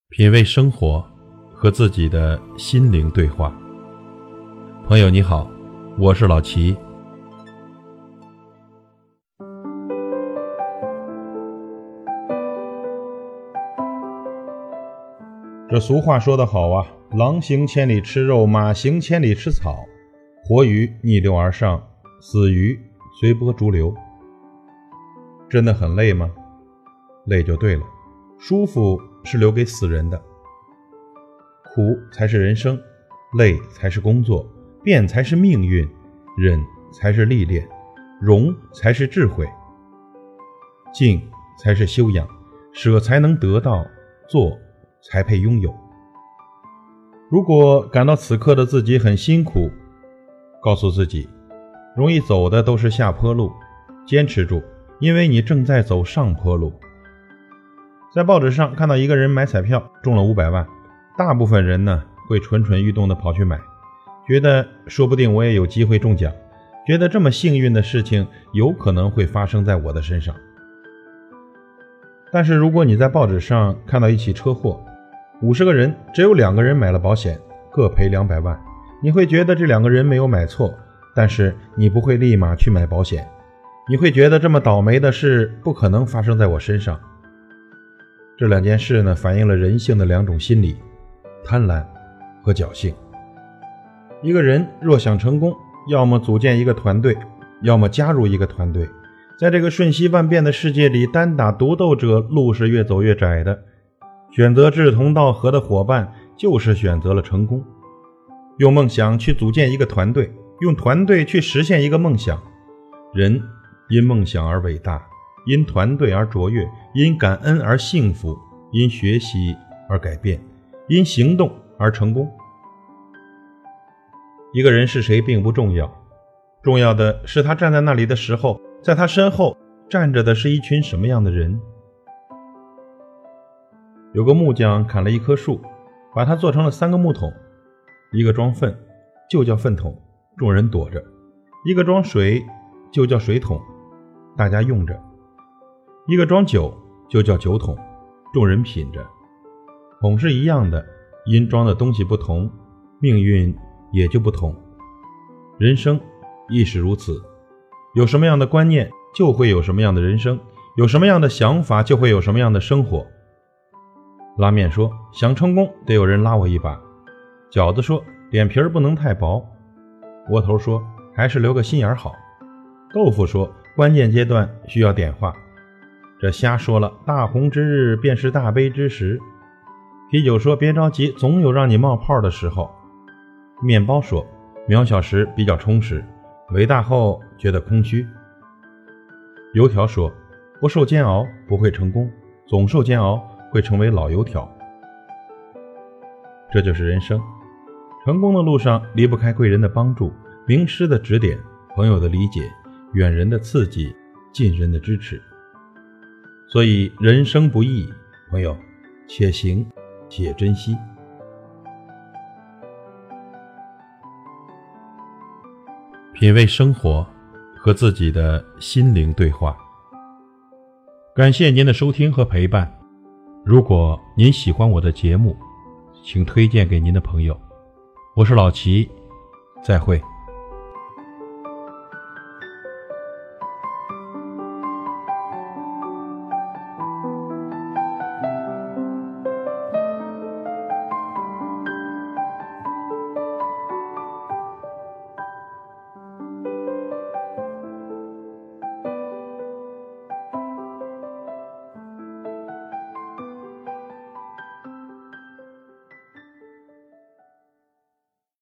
品味生活，和自己的心灵对话。朋友你好，我是老齐。这俗话说得好啊，狼行千里吃肉，马行千里吃草，活鱼逆流而上，死鱼随波逐流。真的很累吗？累就对了，舒服是留给死人的。苦才是人生，累才是工作，变才是命运，忍才是历练，容才是智慧，静才是修养，舍才能得到，做才配拥有。如果感到此刻的自己很辛苦，告诉自己，容易走的都是下坡路，坚持住，因为你正在走上坡路。在报纸上看到一个人买彩票中了500万，大部分人呢会蠢蠢欲动地跑去买，觉得说不定我也有机会中奖，觉得这么幸运的事情有可能会发生在我的身上。但是如果你在报纸上看到一起车祸，50个人只有2个人买了保险，各赔200万，你会觉得这2个人没有买错，但是你不会立马去买保险，你会觉得这么倒霉的事不可能发生在我身上。这2件事呢，反映了人性的2种心理，贪婪和侥幸。一个人若想成功，要么组建一个团队，要么加入一个团队。在这个瞬息万变的世界里，单打独斗者路是越走越窄的，选择志同道合的伙伴，就是选择了成功。用梦想去组建一个团队，用团队去实现一个梦想。人因梦想而伟大，因团队而卓越，因感恩而幸福，因学习而改变，因行动而成功。一个人是谁并不重要，重要的是他站在那里的时候，在他身后站着的是一群什么样的人。有个木匠砍了一棵树，把它做成了3个木桶，一个装粪就叫粪桶，众人躲着；一个装水就叫水桶，大家用着；一个装酒就叫酒桶，众人品着。桶是一样的，因装的东西不同，命运也就不同。人生亦是如此，有什么样的观念，就会有什么样的人生，有什么样的想法，就会有什么样的生活。拉面说，想成功得有人拉我一把；饺子说，脸皮不能太薄；窝头说，还是留个心眼好；豆腐说，关键阶段需要点化；这虾说了，大红之日便是大悲之时；啤酒说，别着急，总有让你冒泡的时候；面包说，渺小时比较充实，伟大后觉得空虚；油条说，不受煎熬不会成功，总受煎熬会成为老油条。这就是人生，成功的路上离不开贵人的帮助，名师的指点，朋友的理解，远人的刺激，近人的支持。所以人生不易，朋友，且行且珍惜。品味生活，和自己的心灵对话。感谢您的收听和陪伴。如果您喜欢我的节目，请推荐给您的朋友。我是老齐，再会。